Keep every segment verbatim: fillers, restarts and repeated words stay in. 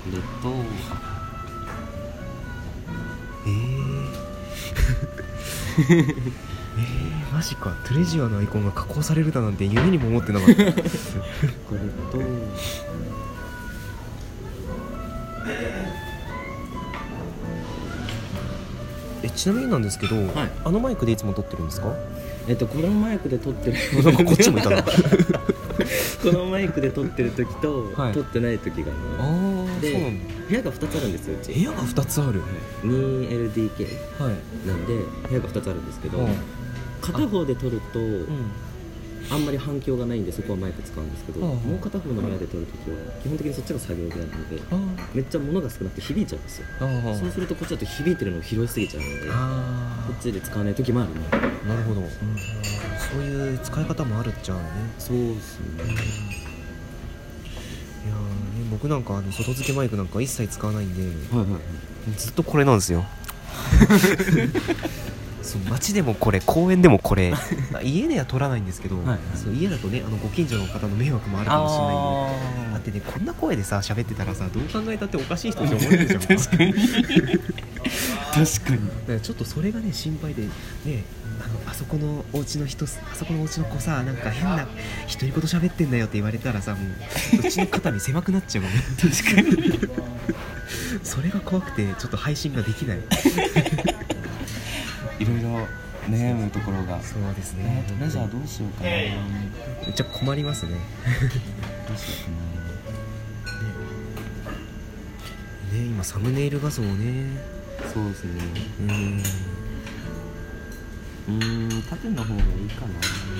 れとえー、えー、マジか。トレジュアのアイコンが加工されるだなんて夢にも思ってなかったこれとえちなみになんですけど、はい、あのマイクでいつも撮ってるんですか？ えっとこのマイクで撮ってるなんかこっちもいたなこのマイクで撮ってる時と、はい、撮ってない時がある。で、そうなんだ。部屋がふたつあるんですよ。うち部屋がふたつある、 にエルディーケー なんで、はい、部屋がふたつあるんですけど、はい、片方で撮ると あ,、うん、あんまり反響がないんでそこはマイク使うんですけど、もう片方の部屋で撮るときは基本的にそっちが作業部屋なのでめっちゃ物が少なくて響いちゃうんですよ。そうするとこっちだと響いてるのを拾いすぎちゃうので、こっちで使わないときもあるね。 なるほど、うん、そういう使い方もあるっちゃうね。 そうですね、うん、いや、ね、 僕なんかあの外付けマイクなんか一切使わないんで、 はいはいはい、 ずっとこれなんですよそう街でもこれ、公園でもこれ家では撮らないんですけど、はいはい、そう家だとね、あのご近所の方の迷惑もあるかもしれないんで、だってね、こんな声でさ喋ってたらさ、どう考えたっておかしい人って思われるじゃん確かに確かに。だからちょっとそれがね心配でね、あのあそこのお家の人、あそこのお家の子さ、なんか変な独り言喋ってんだよって言われたらさ、もううちの肩身狭くなっちゃうもんね確かにそれが怖くてちょっと配信ができないいろいろ悩むところが。 そうですね。 トレジャーどうしようかな。 めっちゃ困りますねどうしようかな。ね、今サムネイル画像ね。 そうですね。うーんうーん縦の方がいいかな。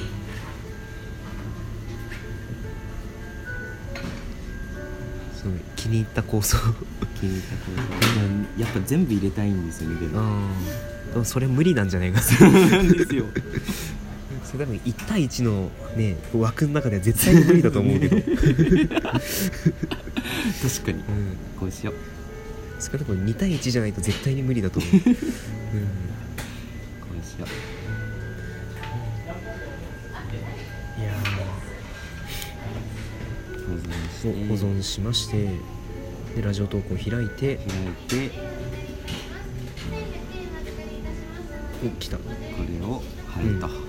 すごい気に入った構想気に入った構想やっぱ全部入れたいんですよね。でもでもそれ無理なんじゃないかそうなんですよそれ多分いち対いちの、ね、枠の中では絶対に無理だと思うけど確かに、 うん、こうしよう。 少なくともに対いちじゃないと絶対に無理だと思う、うん、こうしよう。 いや保存して保存しまして、でラジオ投稿を開いて開いてお来た。これを貼ると、うん、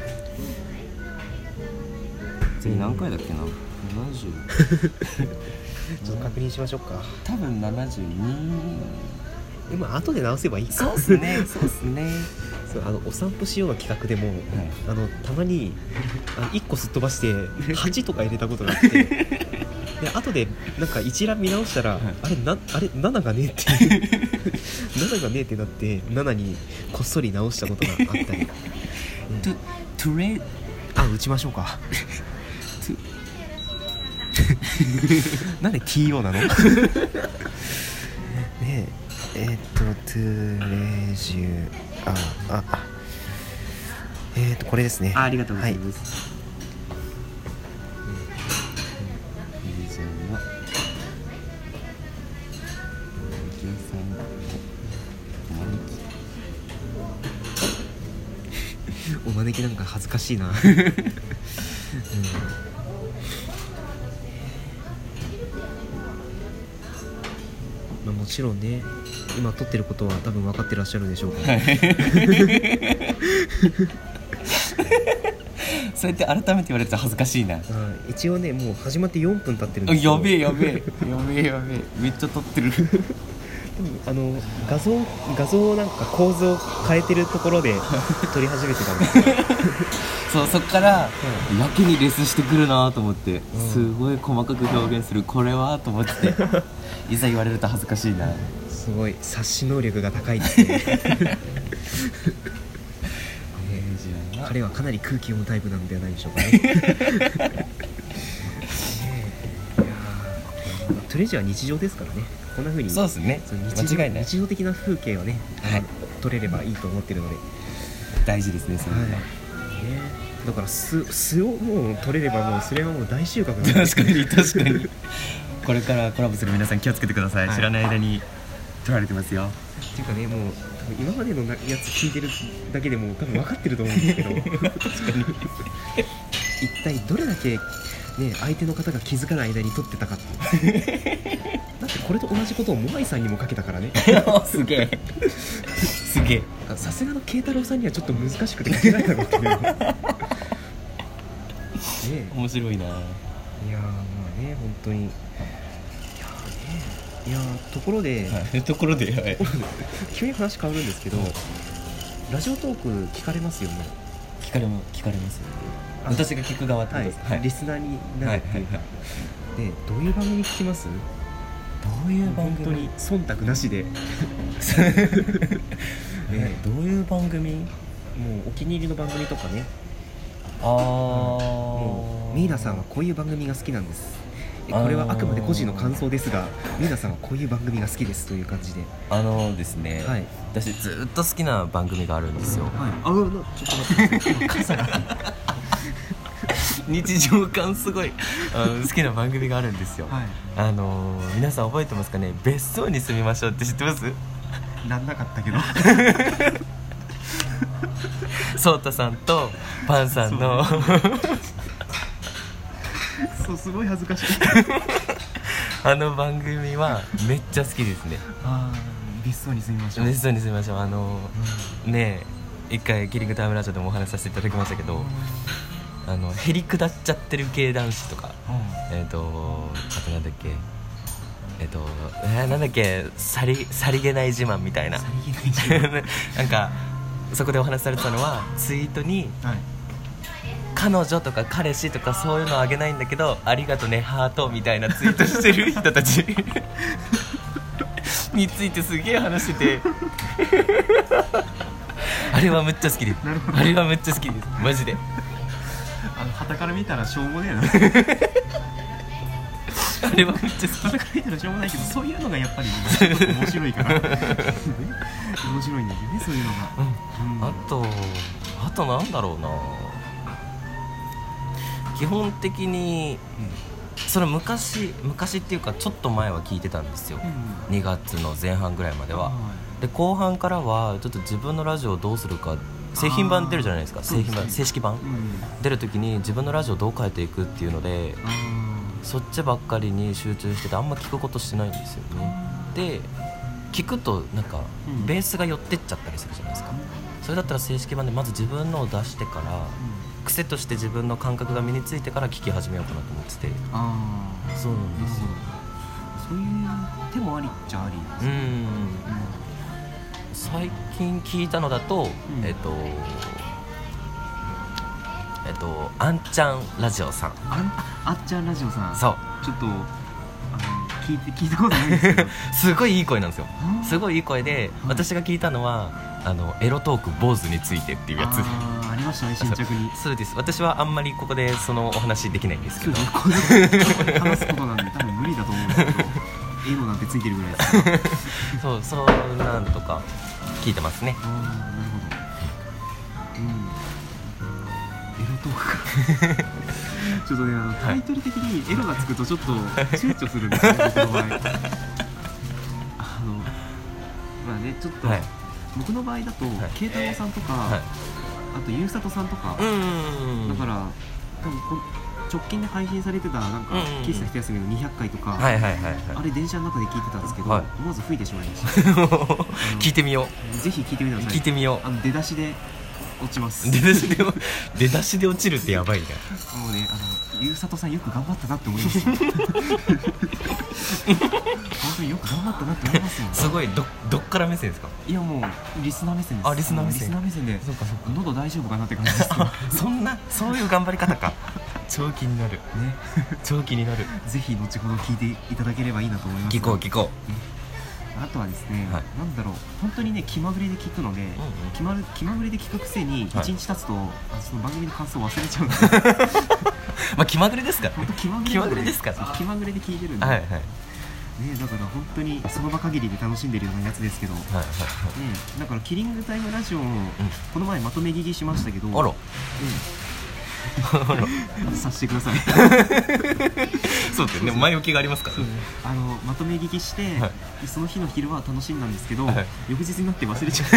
次何回だっけな、ななじゅうちょっと確認しましょうか。 多分ななじゅうに。 でも後で直せばいいか。 そうっすねそうっすねそうあのお散歩しようの企画でも、はい、あのたまにあのいっこすっ飛ばしてはちとか入れたことがあってで後でなんか一覧見直したら、はい、あれなあれなながねえってなながねえってなってななにこっそり直したことがあったり、うん、 トゥトゥレあ打ちましょうかなんで ティーオー なのねええー、っとトゥレジュあああえー、っとこれですね。 あ, ありがとうございます、はいお招きなんか恥ずかしいな、うんまあ、もちろんね今撮ってることは多分分かってらっしゃるでしょうから、はい、 そうやって改めて言われると恥ずかしいな。 一応ねもう始まってよんぷん経ってるんですけど、やべえやべえやべえやべえめっちゃ撮ってるでもあの画像画像なんか構図を変えてるところで撮り始めてたんですよそうそっから、うん、やけにレスしてくるなと思って、うん、すごい細かく表現するこれはと思っていざ言われると恥ずかしいな。 すごい察し能力が高いですね彼はかなり空気読むタイプなんではないでしょうかねトレジャーは日常ですからね。こんな風にそうですね、 日常、 間違いない日常的な風景をね、はい、撮れればいいと思ってるので大事ですねそれは、はいね、 だから素、素をもう撮れればもうそれはもう大収穫なんです。 確かに確かにこれからコラボする皆さん気をつけてください、はい、知らない間に撮られてますよ。 っていうかね、もう多分今までのやつ聞いてるだけでも多分分かってると思うんですけど確かに一体どれだけね、相手の方が気づかない間に撮ってたかってだってこれと同じことをモアイさんにもかけたからねすげえすげえ、 さすがの慶太郎さんにはちょっと難しくて書けないだろうけどね面白いな。いやーまあね本当にいやーねいやーところで、 はい、ところで、はい、 急に話変わるんですけど、ラジオトーク聞かれますよね。 聞かれも聞かれますよね。私が聞く側ってことです、 はいはい、リスナーになるっていうか、はいはいはい、でどういう番組聞きます？ どういう番組？ 本当に忖度なしで、ね、 どういう番組？ もうお気に入りの番組とかね。 ああ、 もうミーナさんはこういう番組が好きなんです。これはあくまで個人の感想ですが、ミーナさんはこういう番組が好きですという感じで。 あのですね、はい、私ずっと好きな番組があるんですよ。はい、あ、ちょっと待って傘が日常感すごいあの好きな番組があるんですよ。はい、あのー、皆さん覚えてますかね。別荘に住みましょうって知ってます？ なんなかったけどソータさんとパンさんのそうすごい恥ずかしいあの番組はめっちゃ好きですね。 あ別荘に住みましょう。 別荘に住みましょう。あのー、うん、ねえ、一回キリングタイムラジオでもお話しさせていただきましたけど、うん、あのへり下っちゃってる系男子とか、うん、えっ、ー、とあとなんだっけえっ、ー、と、えー、なんだっけさりさりげない自慢みたいななんかそこでお話しされてたのはツイートに、はい、彼女とか彼氏とかそういうのあげないんだけどありがとねハートみたいなツイートしてる人たちについてすげえ話しててあれはめっちゃ好きです。あれはめっちゃ好きですマジで。 あの旗から見たらしょうもねえなあれはめっちゃ好き。 旗から見たらしょうもないけどそういうのがやっぱり面白いから面白いんだよねそういうのが、 うんうん、あとあとなんだろうな、基本的に、うん、それ昔昔っていうかちょっと前は聞いてたんですよ、うん、にがつの前半ぐらいまでは、うん、で後半からはちょっと自分のラジオをどうするか、製品版出るじゃないですか。製品版、正式版、うん、出るときに自分のラジオをどう変えていくっていうので、そっちばっかりに集中しててあんま聞くことしてないんですよね。で聞くとなんかベースが寄ってっちゃったりするじゃないですか、うん、それだったら正式版でまず自分のを出してから、うん、癖として自分の感覚が身についてから聞き始めようかなと思ってて。ああ、そうなんですよ。 そういう手もありっちゃありですね。うん、うん、 最近聞いたのだと、うん、えっとえっとあんちゃんラジオさん。 あん、あっちゃんラジオさん。 そう。 ちょっとあの聞いて聞いたことないんですけどすごいいい声なんですよ。すごいいい声で、私が聞いたのはあのエロトーク坊主についてっていうやつ。 あありましたね、新着に。 そうです。私はあんまりここでそのお話できないんですけど、 これ話すことなんで多分無理だと思うんですけどエロなんてついてるぐらいですからそうそうなんとか聞いてますね。 ああ、なるほど。うん、エロトークかちょっとね、あのタイトル的にエロがつくとちょっと躊躇するんですよ、僕の場合。あのまあね、ちょっと、はい、僕の場合だと慶太郎さんとか、はい、あとゆうさとさんとか、うんうんうん、だから多分こ直近で配信されてたなんか喫茶一休みのにひゃっかいとか、はいはいはいはい、あれ電車の中で聞いてたんですけど、はい、思わず吹いてしまいました聞いてみよう。ぜひ聞いてみてください。 聞いてみよう。 あの出だしで落ちます。 出だしで出だしで落ちるってやばいね。 もうね、あのゆうさとさんよく頑張ったなって思いますよ本当によく頑張ったなって思いますよすごい。 ど, どっから目線ですか？ いやもうリスナー目線です。 あ、リスナー目線。 リスナー目線で、 そうかそうか、 喉大丈夫かなって感じですそんなそういう頑張り方か超気になるね超気になるぜひ後ほど聞いていただければいいなと思います。 聞こう聞こう、ね、 あとはですね、はい、なんだろう、本当にね気まぐれで聞くので、うんうん、気, ま気まぐれで聞くくせにいちにち経つと、はい、その番組の感想を忘れちゃうんですよまあ気まぐれですからね。気まぐれ、 気まぐれですから。 気まぐれで聞いてるんで、はいはい、ね、だから本当にその場限りで楽しんでるようなやつですけど、はいはいはい、ね、だからキリングタイムラジオも、うん、この前まとめ聞きしましたけど、 あら、 うん、させてくださいそうですね、前置きがありますからね。 あのまとめ聞きして、はい、その日の昼は楽しんだんですけど、はい、翌日になって忘れちゃ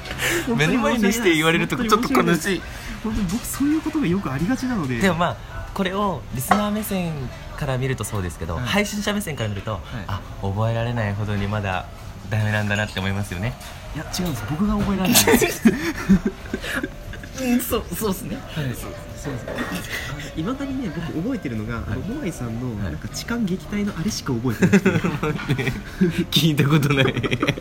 う目の前にして言われるとちょっと悲しい。 本当に僕そういうことがよくありがちなので。 でもまあこれをリスナー目線から見るとそうですけど、はい、配信者目線から見ると、はい、あ、覚えられないほどにまだダメなんだなって思いますよね。 いや違うんです、僕が覚えられないんですうん、そうそうですね、はい、そうそうですいまだにね、僕覚えてるのが、はい、あのモアイさんのなんか痴漢撃退のあれしか覚えてなくて、はい、 聞いたことない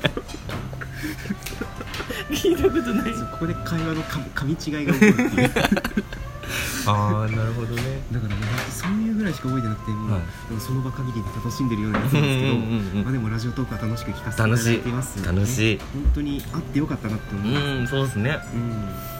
聞いたことない。 ここで会話の噛み違いが起こるっていうああ、なるほどね。 だからね、そういうぐらいしか覚えてなくて、もう、はい、その場限りで楽しんでるようなやつなんですけど、うんうんうん、まあ、でもラジオトークは楽しく聞かせていただいています、ね、 楽しい、 本当にあってよかったなって思います。 うん、そうですね、 うん、ね、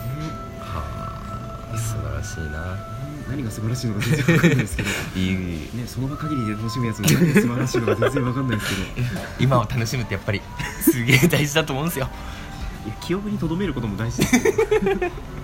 はあ、素晴らしいな。 何が素晴らしいのか全然分かんないですけどいい、ね、その場限りで楽しむやつの何が素晴らしいのか全然分かんないですけど今を楽しむってやっぱりすげえ大事だと思うんですよ。 いや、記憶に留めることも大事ですよめ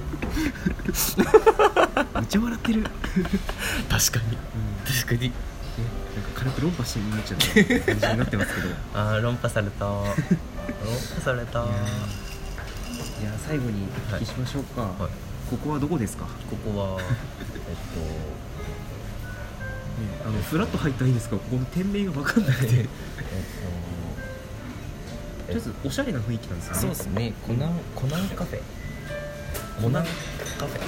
っちゃ笑ってる確かに、うん、確かに、ね、 なんか軽く論破してみちゃった感じになってますけどあー、論破された論破された。いや、 いや、最後にお聞きしましょうか、はいはい、ここはどこですか？ ここはえっと、ね、 あのフラッと入ったらいいですか？ここの店名が分かんなくてえっととりあえずおしゃれな雰囲気なんですよね。 そうですね。コナン、コナンカフェ、コナンカフェ、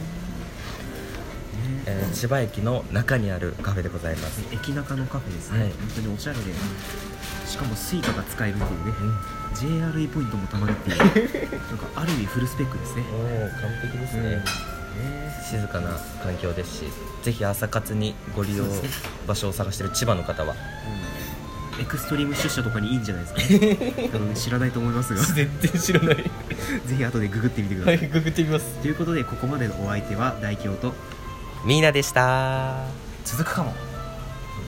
えー、千葉駅の中にあるカフェでございます。 駅中のカフェですね、はい、本当におしゃれで、しかもスイカが使えるっていうね、うん、ジェイアールイー ポイントもたまるっていうなんかある意味フルスペックですね。 おー、完璧ですね、うん、ね、静かな環境ですし、ぜひ朝活にご利用場所を探している千葉の方は、 エクストリーム出社とかにいいんじゃないですかねうん、知らないと思いますが全然知らないぜひ後でググってみてください。 はい、ググってみます。 ということで、ここまでのお相手は大京とミーナでした。 続くかも。